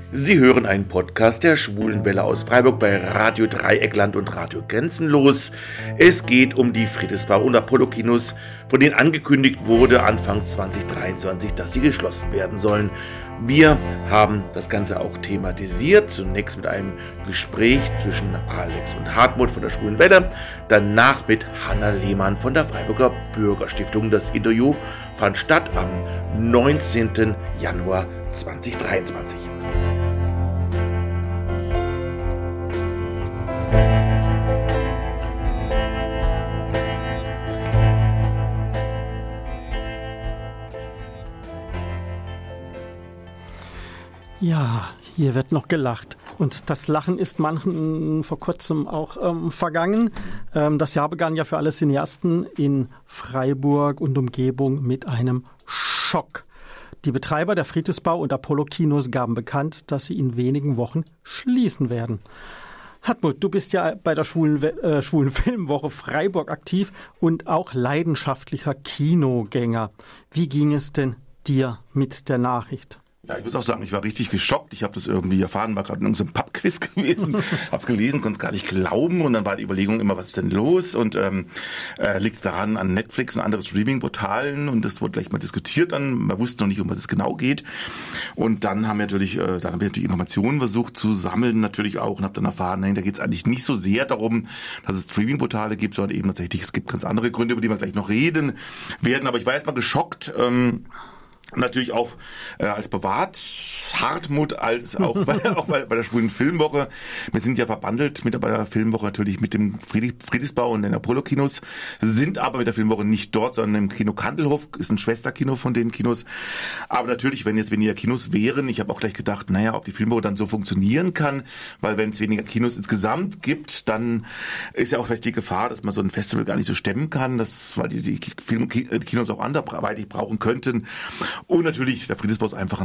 Sie hören einen Podcast der Schwulenwelle aus Freiburg bei Radio Dreieckland und Radio Grenzenlos. Es geht um die Friedrichsbau- und Apollo-Kinos, von denen angekündigt wurde Anfangs 2023, dass sie geschlossen werden sollen. Wir haben das Ganze auch thematisiert, zunächst mit einem Gespräch zwischen Alex und Hartmut von der Schwulenwelle, danach mit Hanna Lehmann von der Freiburger Bürgerstiftung. Das Interview fand statt am 19. Januar 2023. Ja, hier wird noch gelacht. Und das Lachen ist manchen vor kurzem auch vergangen. Das Jahr begann ja für alle Cineasten in Freiburg und Umgebung mit einem Schock. Die Betreiber der Friedrichsbau- und Apollo-Kinos gaben bekannt, dass sie in wenigen Wochen schließen werden. Hartmut, du bist ja bei der Schwulen Filmwoche Freiburg aktiv und auch leidenschaftlicher Kinogänger. Wie ging es denn dir mit der Nachricht? Ja, ich muss auch sagen, ich war richtig geschockt. Ich habe das irgendwie erfahren, war gerade in so einem Pubquiz gewesen, hab's gelesen, konnte es gar nicht glauben und dann war die Überlegung immer, was ist denn los und liegt es daran an Netflix und anderen Streaming-Portalen und das wurde gleich mal diskutiert dann, man wusste noch nicht, um was es genau geht und dann haben wir natürlich, Informationen versucht zu sammeln natürlich auch und habe dann erfahren, nein, da geht es eigentlich nicht so sehr darum, dass es Streaming-Portale gibt, sondern eben tatsächlich, es gibt ganz andere Gründe, über die wir gleich noch reden werden, aber ich war erstmal geschockt, natürlich auch als privat Hartmut, als auch bei der Schwulen Filmwoche. Wir sind ja verbandelt mit bei der Filmwoche natürlich mit dem Friedrichsbau und den Apollo-Kinos, sind aber mit der Filmwoche nicht dort, sondern im Kino Kandelhof, ist ein Schwesterkino von den Kinos. Aber natürlich, wenn jetzt weniger Kinos wären, ich habe auch gleich gedacht, naja, ob die Filmwoche dann so funktionieren kann, weil wenn es weniger Kinos insgesamt gibt, dann ist ja auch vielleicht die Gefahr, dass man so ein Festival gar nicht so stemmen kann, weil die Kinos auch anderweitig brauchen könnten. Und natürlich, der Friedrichsbau ist einfach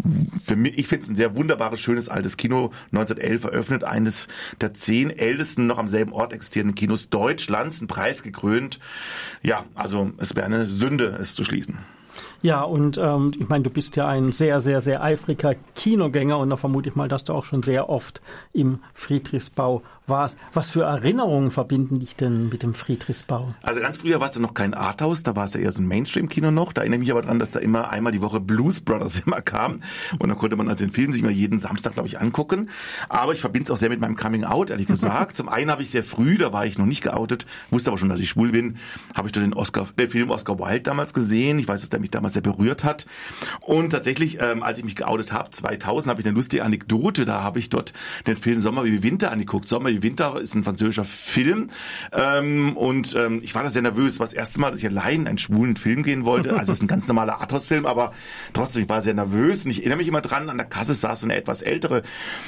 ich finde es ein sehr wunderbares, schönes, altes Kino, 1911 eröffnet, eines der 10 ältesten noch am selben Ort existierenden Kinos Deutschlands, ein Preis gekrönt. Ja, also es wäre eine Sünde, es zu schließen. Ja, und ich meine, du bist ja ein sehr, sehr, sehr eifriger Kinogänger und da vermute ich mal, dass du auch schon sehr oft im Friedrichsbau warst. Was für Erinnerungen verbinden dich denn mit dem Friedrichsbau? Also ganz früher war es ja noch kein Arthouse, da war es ja eher so ein Mainstream-Kino noch. Da erinnere ich mich aber dran, dass da immer einmal die Woche Blues Brothers immer kam und dann konnte man also den Film sich mal jeden Samstag, glaube ich, angucken. Aber ich verbinde es auch sehr mit meinem Coming-out, ehrlich gesagt. Zum einen habe ich sehr früh, da war ich noch nicht geoutet, wusste aber schon, dass ich schwul bin, habe ich dann den Film Oscar Wilde damals gesehen. Ich weiß, dass der mich damals sehr berührt hat. Und tatsächlich, als ich mich geoutet habe, 2000, habe ich eine lustige Anekdote. Da habe ich dort den Film Sommer wie Winter angeguckt. Sommer wie Winter ist ein französischer Film. Ich war da sehr nervös. War das erste Mal, dass ich allein in einen schwulen Film gehen wollte. Also es ist ein ganz normaler Arthouse-Film, aber trotzdem, ich war sehr nervös. Und ich erinnere mich immer dran, an der Kasse saß so eine etwas ältere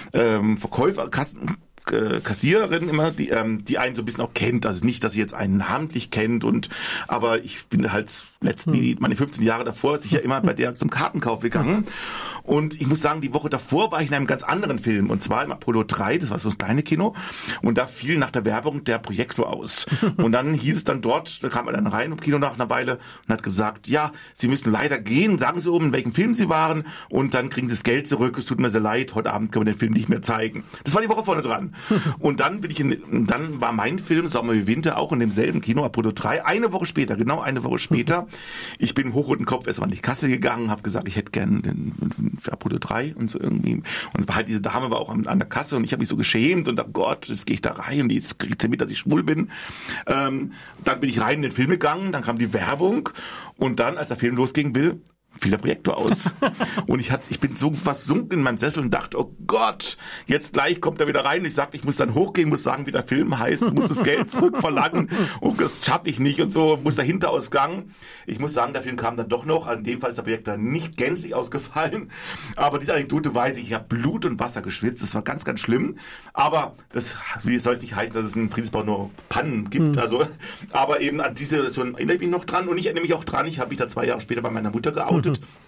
Kassiererin immer, die einen so ein bisschen auch kennt. Also nicht, dass sie jetzt einen namentlich kennt aber ich bin halt meine 15 Jahre davor sicher immer bei der zum Kartenkauf gegangen. Und ich muss sagen, die Woche davor war ich in einem ganz anderen Film. Und zwar im Apollo 3, das war so das kleine Kino. Und da fiel nach der Werbung der Projektor aus. Und dann hieß es dann dort, da kam er dann rein im Kino nach einer Weile und hat gesagt, ja, Sie müssen leider gehen, sagen Sie oben, in welchem Film Sie waren. Und dann kriegen Sie das Geld zurück. Es tut mir sehr leid, heute Abend können wir den Film nicht mehr zeigen. Das war die Woche vorne dran. Und dann dann war mein Film Sommer wie Winter auch in demselben Kino, Apollo 3. Eine Woche später. Ich bin hochroten Kopf erstmal an die Kasse gegangen, habe gesagt, ich hätte gern für Apollo 3 und so irgendwie. Und diese Dame war auch an der Kasse und ich habe mich so geschämt und dachte, Gott, jetzt gehe ich da rein und jetzt kriegt sie mit, dass ich schwul bin. Dann bin ich rein in den Film gegangen, dann kam die Werbung und dann, als der Film losging, fiel der Projektor aus. Und ich bin so versunken in meinem Sessel und dachte, oh Gott, jetzt gleich kommt er wieder rein. Und ich sagte, ich muss dann hochgehen, muss sagen, wie der Film heißt, muss das Geld zurückverlangen. Und das schaffe ich nicht und so, muss der Hinterausgang. Ich muss sagen, der Film kam dann doch noch. Also in dem Fall ist der Projektor nicht gänzlich ausgefallen. Aber diese Anekdote weiß ich habe Blut und Wasser geschwitzt. Das war ganz, ganz schlimm. Aber wie soll es nicht heißen, dass es in Friedrichsbau nur Pannen gibt. Also, aber eben an diese Situation erinnere ich mich noch dran. Und ich erinnere mich auch dran, ich habe mich da 2 Jahre später bei meiner Mutter geoutet.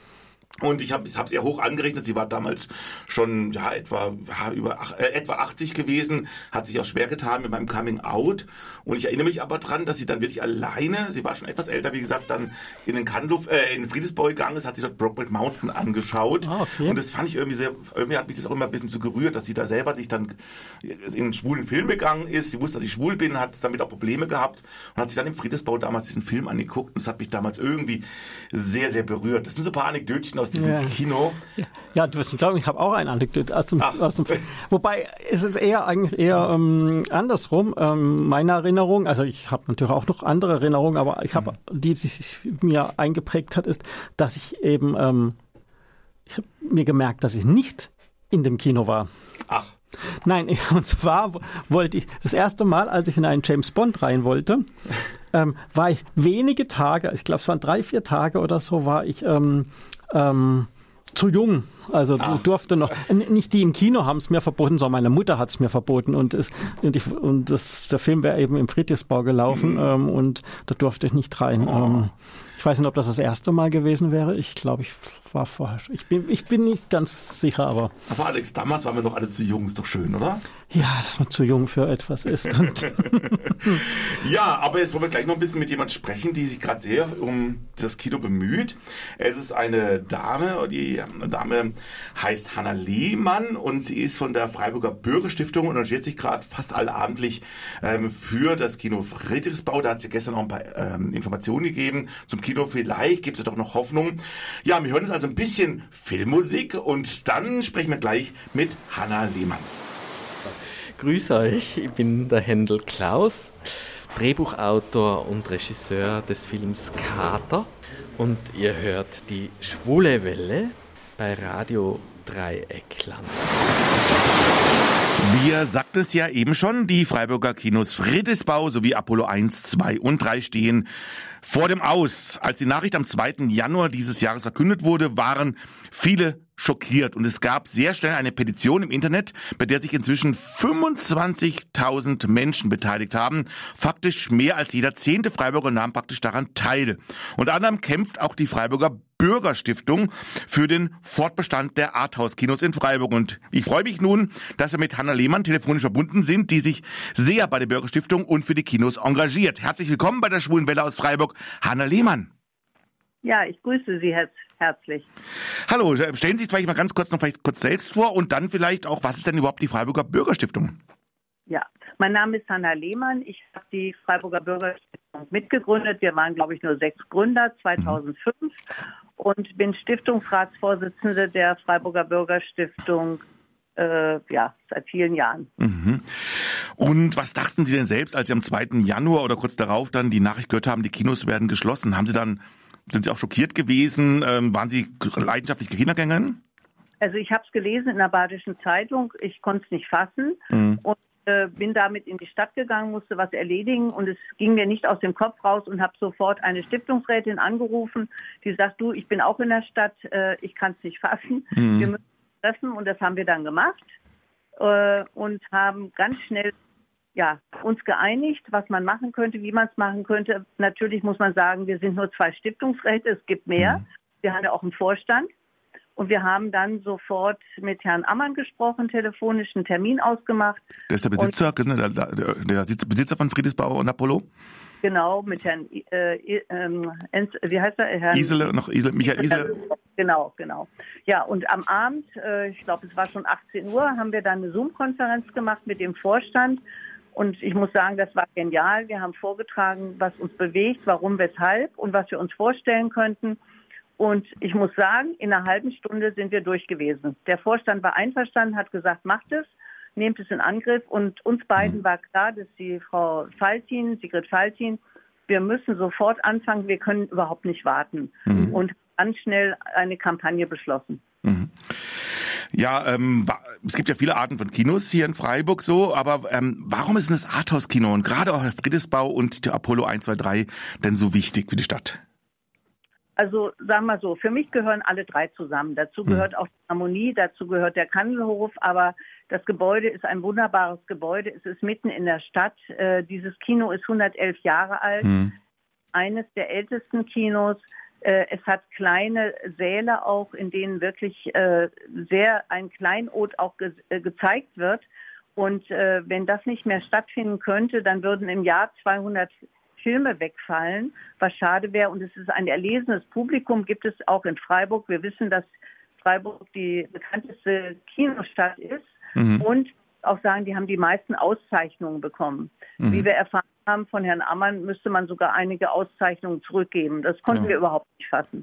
Und ich habe es ihr hoch angerechnet. Sie war damals schon etwa 80 gewesen, hat sich auch schwer getan mit meinem Coming Out. Und ich erinnere mich aber dran, dass sie dann wirklich alleine, sie war schon etwas älter, wie gesagt, dann in den Friedrichsbau gegangen ist, hat sich dort Brokeback Mountain angeschaut. Ah, okay. Und das fand ich irgendwie hat mich das auch immer ein bisschen so gerührt, dass sie da selber sich dann in einen schwulen Film gegangen ist. Sie wusste, dass ich schwul bin, hat damit auch Probleme gehabt und hat sich dann im Friedrichsbau damals diesen Film angeguckt. Und das hat mich damals irgendwie sehr, sehr berührt. Das sind so ein paar Anekdötchen aus diesem Kino. Ja, du wirst nicht glauben, ich habe auch ein Anekdote aus dem Film. Wobei, es ist eigentlich eher andersrum. Meine Erinnerung, also ich habe natürlich auch noch andere Erinnerungen, aber ich habe, die sich mir eingeprägt hat, ist, dass ich eben, ich habe mir gemerkt, dass ich nicht in dem Kino war. Ach. Nein, und zwar wollte ich, das erste Mal, als ich in einen James Bond rein wollte, war ich wenige Tage, ich glaube es waren 3-4 Tage oder so, war ich zu jung. Also durfte noch, nicht die im Kino haben es mir verboten, sondern meine Mutter hat es mir verboten und der Film wäre eben im Friedrichsbau gelaufen und da durfte ich nicht rein. Ich weiß nicht, ob das das erste Mal gewesen wäre. Ich glaube, ich war vorher schon. Ich bin nicht ganz sicher, aber... Aber Alex, damals waren wir doch alle zu jung, ist doch schön, oder? Ja, dass man zu jung für etwas ist. Ja, aber jetzt wollen wir gleich noch ein bisschen mit jemand sprechen, die sich gerade sehr um das Kino bemüht. Es ist eine Dame, die Dame heißt Hanna Lehmann und sie ist von der Freiburger Bürgerstiftung und engagiert sich gerade fast allabendlich für das Kino Friedrichsbau. Da hat sie gestern noch ein paar Informationen gegeben zum Kino. Vielleicht gibt es doch noch Hoffnung. Ja, wir hören jetzt also ein bisschen Filmmusik und dann sprechen wir gleich mit Hanna Lehmann. Grüß euch, ich bin der Händel Klaus, Drehbuchautor und Regisseur des Films Kater und ihr hört die Schwule Welle bei Radio Dreieckland. Wir sagten es ja eben schon, die Freiburger Kinos Friedrichsbau sowie Apollo 1, 2 und 3 stehen vor dem Aus. Als die Nachricht am 2. Januar dieses Jahres verkündet wurde, waren viele schockiert und es gab sehr schnell eine Petition im Internet, bei der sich inzwischen 25.000 Menschen beteiligt haben. Faktisch mehr als jeder 10. Freiburger nahm praktisch daran teil. Unter anderem kämpft auch die Freiburger Bürgerstiftung für den Fortbestand der Arthouse-Kinos in Freiburg. Und ich freue mich nun, dass wir mit Hanna Lehmann telefonisch verbunden sind, die sich sehr bei der Bürgerstiftung und für die Kinos engagiert. Herzlich willkommen bei der Schwulen Welle aus Freiburg, Hanna Lehmann. Ja, ich grüße Sie herzlich. Hallo, stellen Sie sich vielleicht mal ganz kurz selbst vor und dann vielleicht auch, was ist denn überhaupt die Freiburger Bürgerstiftung? Ja, mein Name ist Hanna Lehmann. Ich habe die Freiburger Bürgerstiftung mitgegründet. Wir waren, glaube ich, nur 6 Gründer 2005 und bin Stiftungsratsvorsitzende der Freiburger Bürgerstiftung seit vielen Jahren. Mhm. Und was dachten Sie denn selbst, als Sie am 2. Januar oder kurz darauf dann die Nachricht gehört haben, die Kinos werden geschlossen? Sind Sie auch schockiert gewesen? Waren Sie leidenschaftliche Kinogängerin? Also ich habe es gelesen in der Badischen Zeitung. Ich konnte es nicht fassen und bin damit in die Stadt gegangen, musste was erledigen und es ging mir nicht aus dem Kopf raus und habe sofort eine Stiftungsrätin angerufen, die sagt, du, ich bin auch in der Stadt, ich kann es nicht fassen. Wir müssen treffen und das haben wir dann gemacht und haben ganz schnell uns geeinigt, was man machen könnte, wie man es machen könnte. Natürlich muss man sagen, wir sind nur 2 Stiftungsräte, es gibt mehr. Wir haben ja auch einen Vorstand. Und wir haben dann sofort mit Herrn Ammann gesprochen, telefonisch einen Termin ausgemacht. Der ist der Besitzer, der Besitzer von Friedrichsbau und Apollo? Genau, mit Herrn, wie heißt er? Michael Isele. Genau. Ja, und am Abend, ich glaube, es war schon 18 Uhr, haben wir dann eine Zoom-Konferenz gemacht mit dem Vorstand. Und ich muss sagen, das war genial. Wir haben vorgetragen, was uns bewegt, warum, weshalb und was wir uns vorstellen könnten. Und ich muss sagen, in einer halben Stunde sind wir durch gewesen. Der Vorstand war einverstanden, hat gesagt, macht es, nehmt es in Angriff. Und uns beiden war klar, dass die Frau Sigrid Faltin, wir müssen sofort anfangen, wir können überhaupt nicht warten. Und ganz schnell eine Kampagne beschlossen. Ja, es gibt ja viele Arten von Kinos hier in Freiburg aber warum ist denn das Arthouse-Kino und gerade auch der Friedrichsbau und der Apollo 1, 2, 3 denn so wichtig für die Stadt? Also sagen wir so, für mich gehören alle 3 zusammen. Dazu gehört auch die Harmonie, dazu gehört der Kandelhof, aber das Gebäude ist ein wunderbares Gebäude. Es ist mitten in der Stadt. Dieses Kino ist 111 Jahre alt, eines der ältesten Kinos. Es hat kleine Säle auch, in denen wirklich sehr ein Kleinod auch gezeigt wird. Und wenn das nicht mehr stattfinden könnte, dann würden im Jahr 200 Filme wegfallen, was schade wäre. Und es ist ein erlesenes Publikum, gibt es auch in Freiburg. Wir wissen, dass Freiburg die bekannteste Kinostadt ist. Und auch sagen, die haben die meisten Auszeichnungen bekommen. Wie wir erfahren haben von Herrn Ammann, müsste man sogar einige Auszeichnungen zurückgeben. Das konnten wir überhaupt nicht fassen.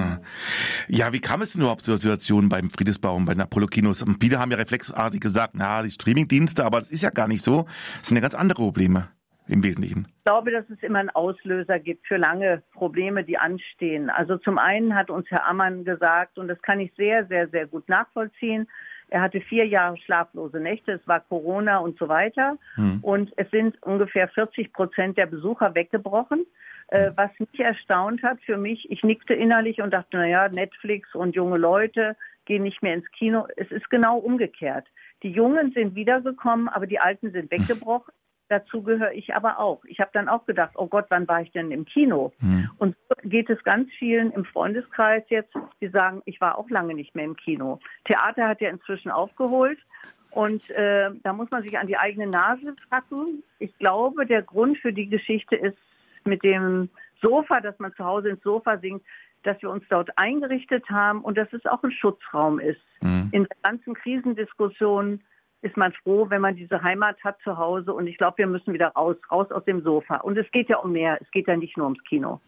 Ja, wie kam es denn überhaupt zur Situation beim Friedensbaum, bei den Apollo-Kinos? Viele haben ja reflexartig gesagt, na, die Streamingdienste, aber das ist ja gar nicht so. Das sind ja ganz andere Probleme im Wesentlichen. Ich glaube, dass es immer einen Auslöser gibt für lange Probleme, die anstehen. Also zum einen hat uns Herr Ammann gesagt, und das kann ich sehr, sehr, sehr gut nachvollziehen, er hatte 4 Jahre schlaflose Nächte, es war Corona und so weiter. Und es sind ungefähr 40% der Besucher weggebrochen. Was mich erstaunt hat für mich, ich nickte innerlich und dachte, naja, Netflix und junge Leute gehen nicht mehr ins Kino. Es ist genau umgekehrt. Die Jungen sind wiedergekommen, aber die Alten sind weggebrochen. Dazu gehöre ich aber auch. Ich habe dann auch gedacht, oh Gott, wann war ich denn im Kino? Und so geht es ganz vielen im Freundeskreis jetzt, die sagen, ich war auch lange nicht mehr im Kino. Theater hat ja inzwischen aufgeholt und da muss man sich an die eigene Nase fassen. Ich glaube, der Grund für die Geschichte ist mit dem Sofa, dass man zu Hause ins Sofa singt, dass wir uns dort eingerichtet haben und dass es auch ein Schutzraum ist. In der ganzen Krisendiskussion ist man froh, wenn man diese Heimat hat zu Hause. Und ich glaube, wir müssen wieder raus aus dem Sofa. Und es geht ja um mehr. Es geht ja nicht nur ums Kino.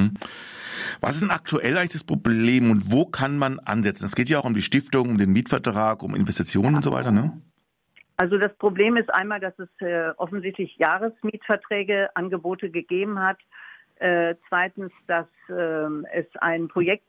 Was ist denn aktuell eigentlich das Problem und wo kann man ansetzen? Es geht ja auch um die Stiftung, um den Mietvertrag, um Investitionen und so weiter, ne? Also das Problem ist einmal, dass es offensichtlich Jahresmietverträge, Angebote gegeben hat. Zweitens, dass es einen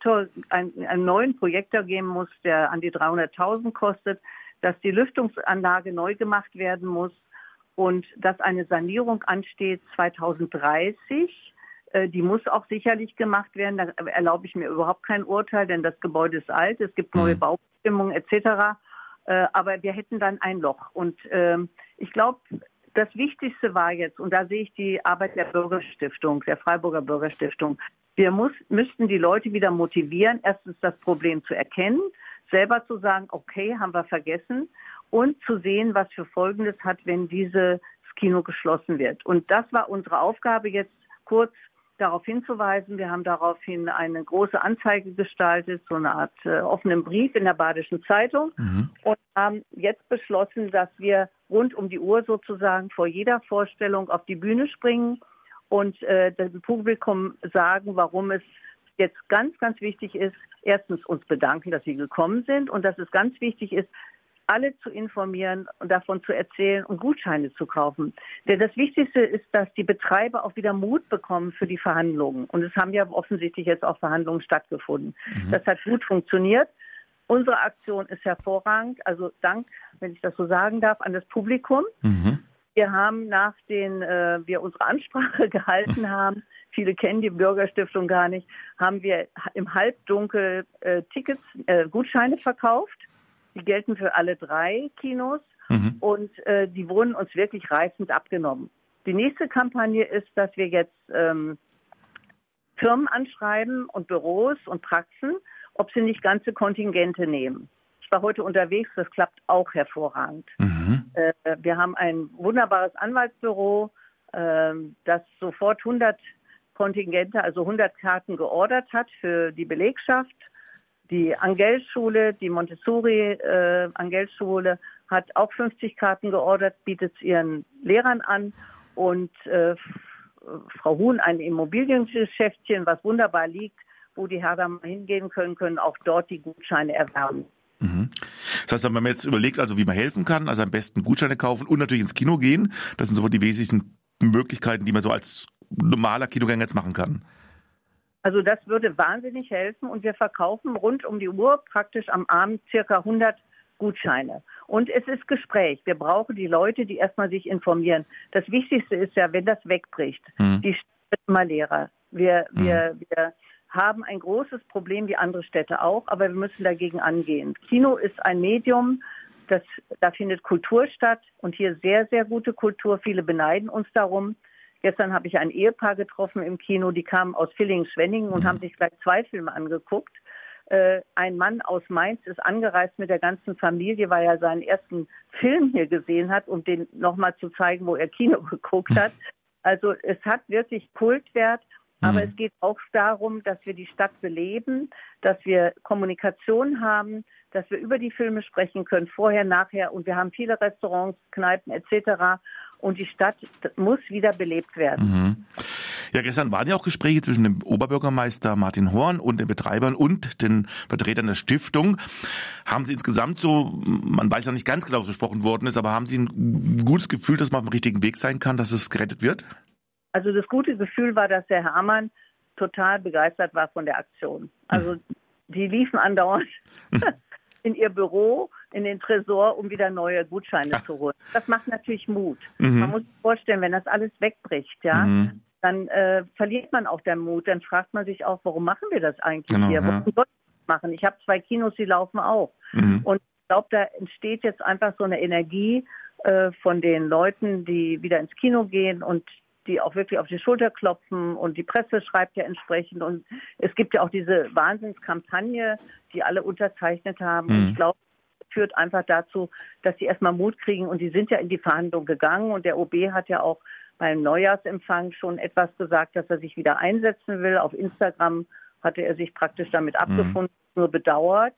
neuen Projektor geben muss, der an die 300.000 kostet, dass die Lüftungsanlage neu gemacht werden muss und dass eine Sanierung ansteht 2030. Die muss auch sicherlich gemacht werden. Da erlaube ich mir überhaupt kein Urteil, denn das Gebäude ist alt, es gibt neue Baubestimmungen etc. Aber wir hätten dann ein Loch. Und ich glaube, das Wichtigste war jetzt, und da sehe ich die Arbeit der Bürgerstiftung, der Freiburger Bürgerstiftung, wir müssten die Leute wieder motivieren, erstens das Problem zu erkennen, selber zu sagen, okay, haben wir vergessen, und zu sehen, was für Folgen es hat, wenn dieses Kino geschlossen wird. Und das war unsere Aufgabe, jetzt kurz darauf hinzuweisen. Wir haben daraufhin eine große Anzeige gestaltet, so eine Art offenen Brief in der Badischen Zeitung und haben jetzt beschlossen, dass wir rund um die Uhr sozusagen vor jeder Vorstellung auf die Bühne springen und dem Publikum sagen, warum es jetzt ganz, ganz wichtig ist, erstens uns bedanken, dass Sie gekommen sind und dass es ganz wichtig ist, alle zu informieren und davon zu erzählen und Gutscheine zu kaufen. Denn das Wichtigste ist, dass die Betreiber auch wieder Mut bekommen für die Verhandlungen. Und es haben ja offensichtlich jetzt auch Verhandlungen stattgefunden. Das hat gut funktioniert. Unsere Aktion ist hervorragend. Also Dank, wenn ich das so sagen darf, an das Publikum. Wir haben, nachdem wir unsere Ansprache gehalten haben, viele kennen die Bürgerstiftung gar nicht, haben wir im Halbdunkel Gutscheine verkauft. Die gelten für alle 3 Kinos und die wurden uns wirklich reißend abgenommen. Die nächste Kampagne ist, dass wir jetzt Firmen anschreiben und Büros und Praxen, ob sie nicht ganze Kontingente nehmen. Ich war heute unterwegs, das klappt auch hervorragend. Wir haben ein wunderbares Anwaltsbüro, das sofort 100 Kontingente, also 100 Karten geordert hat für die Belegschaft. Die Angell-Schule, die Montessori-Angell-Schule hat auch 50 Karten geordert, bietet es ihren Lehrern an. Und Frau Huhn, ein Immobiliengeschäftchen, was wunderbar liegt, wo die Herren mal hingehen können auch dort die Gutscheine erwerben. Das heißt, wenn man jetzt überlegt, also wie man helfen kann, also am besten Gutscheine kaufen und natürlich ins Kino gehen, das sind sofort die wesentlichen Möglichkeiten, die man so als normaler Kinogänger jetzt machen kann. Also das würde wahnsinnig helfen und wir verkaufen rund um die Uhr praktisch am Abend circa 100 Gutscheine. Und es ist Gespräch. Wir brauchen die Leute, die erstmal sich informieren. Das Wichtigste ist ja, wenn das wegbricht, die Städte wird immer leerer. Wir haben ein großes Problem, wie andere Städte auch, aber wir müssen dagegen angehen. Kino ist ein Medium, da findet Kultur statt und hier sehr, sehr gute Kultur. Viele beneiden uns darum. Gestern habe ich ein Ehepaar getroffen im Kino, die kamen aus Villingen-Schwenningen und haben sich gleich 2 Filme angeguckt. Ein Mann aus Mainz ist angereist mit der ganzen Familie, weil er seinen ersten Film hier gesehen hat, um den nochmal zu zeigen, wo er Kino geguckt hat. Also es hat wirklich Kultwert, aber es geht auch darum, dass wir die Stadt beleben, dass wir Kommunikation haben, dass wir über die Filme sprechen können, vorher, nachher. Und wir haben viele Restaurants, Kneipen etc. Und die Stadt muss wieder belebt werden. Ja, gestern waren ja auch Gespräche zwischen dem Oberbürgermeister Martin Horn und den Betreibern und den Vertretern der Stiftung. Haben Sie insgesamt so, man weiß ja nicht ganz genau, was besprochen worden ist, aber haben Sie ein gutes Gefühl, dass man auf dem richtigen Weg sein kann, dass es gerettet wird? Also das gute Gefühl war, dass der Herr Ammann total begeistert war von der Aktion. Also die liefen andauernd in ihr Büro, in den Tresor, um wieder neue Gutscheine zu holen. Das macht natürlich Mut. Man muss sich vorstellen, wenn das alles wegbricht, ja, dann verliert man auch den Mut. Dann fragt man sich auch, warum machen wir das eigentlich hier? Warum soll ich das machen? Ich habe 2 Kinos, die laufen auch. Und ich glaube, da entsteht jetzt einfach so eine Energie von den Leuten, die wieder ins Kino gehen und die auch wirklich auf die Schulter klopfen, und die Presse schreibt ja entsprechend, und es gibt ja auch diese Wahnsinnskampagne, die alle unterzeichnet haben. Und ich glaube, das führt einfach dazu, dass sie erstmal Mut kriegen, und die sind ja in die Verhandlung gegangen, und der OB hat ja auch beim Neujahrsempfang schon etwas gesagt, dass er sich wieder einsetzen will. Auf Instagram hatte er sich praktisch damit abgefunden, nur bedauert.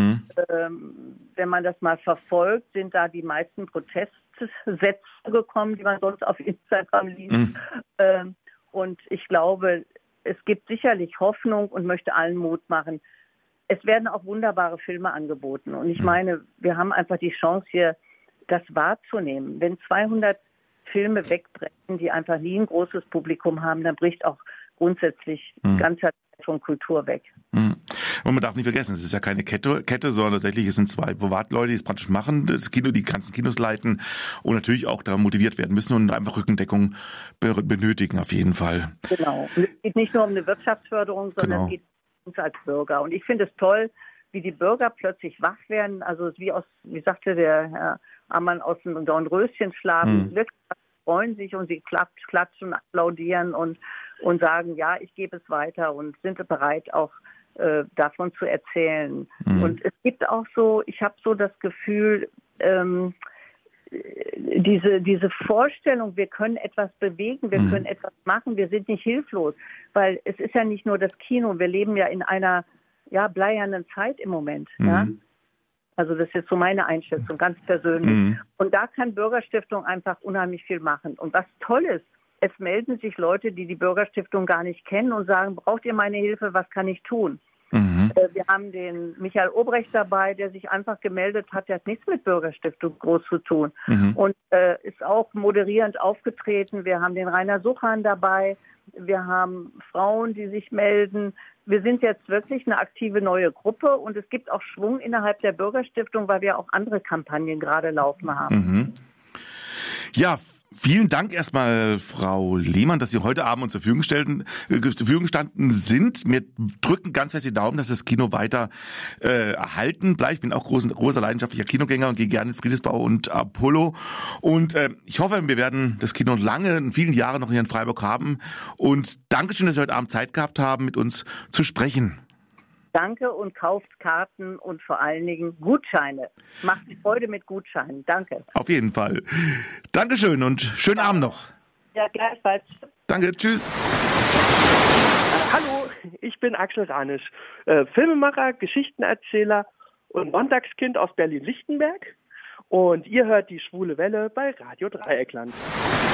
Wenn man das mal verfolgt, sind da die meisten Protestsätze gekommen, die man sonst auf Instagram liest. Und ich glaube, es gibt sicherlich Hoffnung und möchte allen Mut machen. Es werden auch wunderbare Filme angeboten. Und ich meine, wir haben einfach die Chance hier, das wahrzunehmen. Wenn 200 Filme wegbrechen, die einfach nie ein großes Publikum haben, dann bricht auch grundsätzlich ganzer von Kultur weg. Und man darf nicht vergessen, es ist ja keine Kette, sondern tatsächlich es sind 2 Privatleute, die es praktisch machen, das Kino, die ganzen Kinos leiten und natürlich auch da motiviert werden müssen und einfach Rückendeckung benötigen auf jeden Fall. Genau. Und es geht nicht nur um eine Wirtschaftsförderung, sondern es geht um uns als Bürger. Und ich finde es toll, wie die Bürger plötzlich wach werden. Also wie sagte der Herr Ammann, aus dem Dornröschenschlafen, wirklich freuen sich und sie klatschen, applaudieren und sagen, ja, ich gebe es weiter, und sind bereit, auch davon zu erzählen. Und es gibt auch so, ich habe so das Gefühl, diese Vorstellung, wir können etwas bewegen, wir können etwas machen, wir sind nicht hilflos, weil es ist ja nicht nur das Kino, wir leben ja in einer bleiernen Zeit im Moment. Ja? Also das ist jetzt so meine Einschätzung, ganz persönlich. Und da kann Bürgerstiftung einfach unheimlich viel machen. Und was toll ist, es melden sich Leute, die die Bürgerstiftung gar nicht kennen und sagen, braucht ihr meine Hilfe, was kann ich tun? Wir haben den Michael Obrecht dabei, der sich einfach gemeldet hat, der hat nichts mit Bürgerstiftung groß zu tun. Und ist auch moderierend aufgetreten. Wir haben den Rainer Suchan dabei. Wir haben Frauen, die sich melden. Wir sind jetzt wirklich eine aktive neue Gruppe, und es gibt auch Schwung innerhalb der Bürgerstiftung, weil wir auch andere Kampagnen gerade laufen haben. Ja, vielen Dank erstmal, Frau Lehmann, dass Sie heute Abend uns zur Verfügung gestanden sind. Wir drücken ganz fest die Daumen, dass das Kino weiter erhalten bleibt. Ich bin auch großer leidenschaftlicher Kinogänger und gehe gerne in Friedrichsbau und Apollo. Und ich hoffe, wir werden das Kino lange, in vielen Jahren noch hier in Freiburg haben. Und Dankeschön, dass Sie heute Abend Zeit gehabt haben, mit uns zu sprechen. Danke, und kauft Karten und vor allen Dingen Gutscheine. Macht Freude mit Gutscheinen. Danke. Auf jeden Fall. Dankeschön und schönen Abend noch. Ja, gleichfalls. Danke, tschüss. Hallo, ich bin Axel Ranisch, Filmemacher, Geschichtenerzähler und Montagskind aus Berlin-Lichtenberg. Und ihr hört die Schwule Welle bei Radio Dreieckland.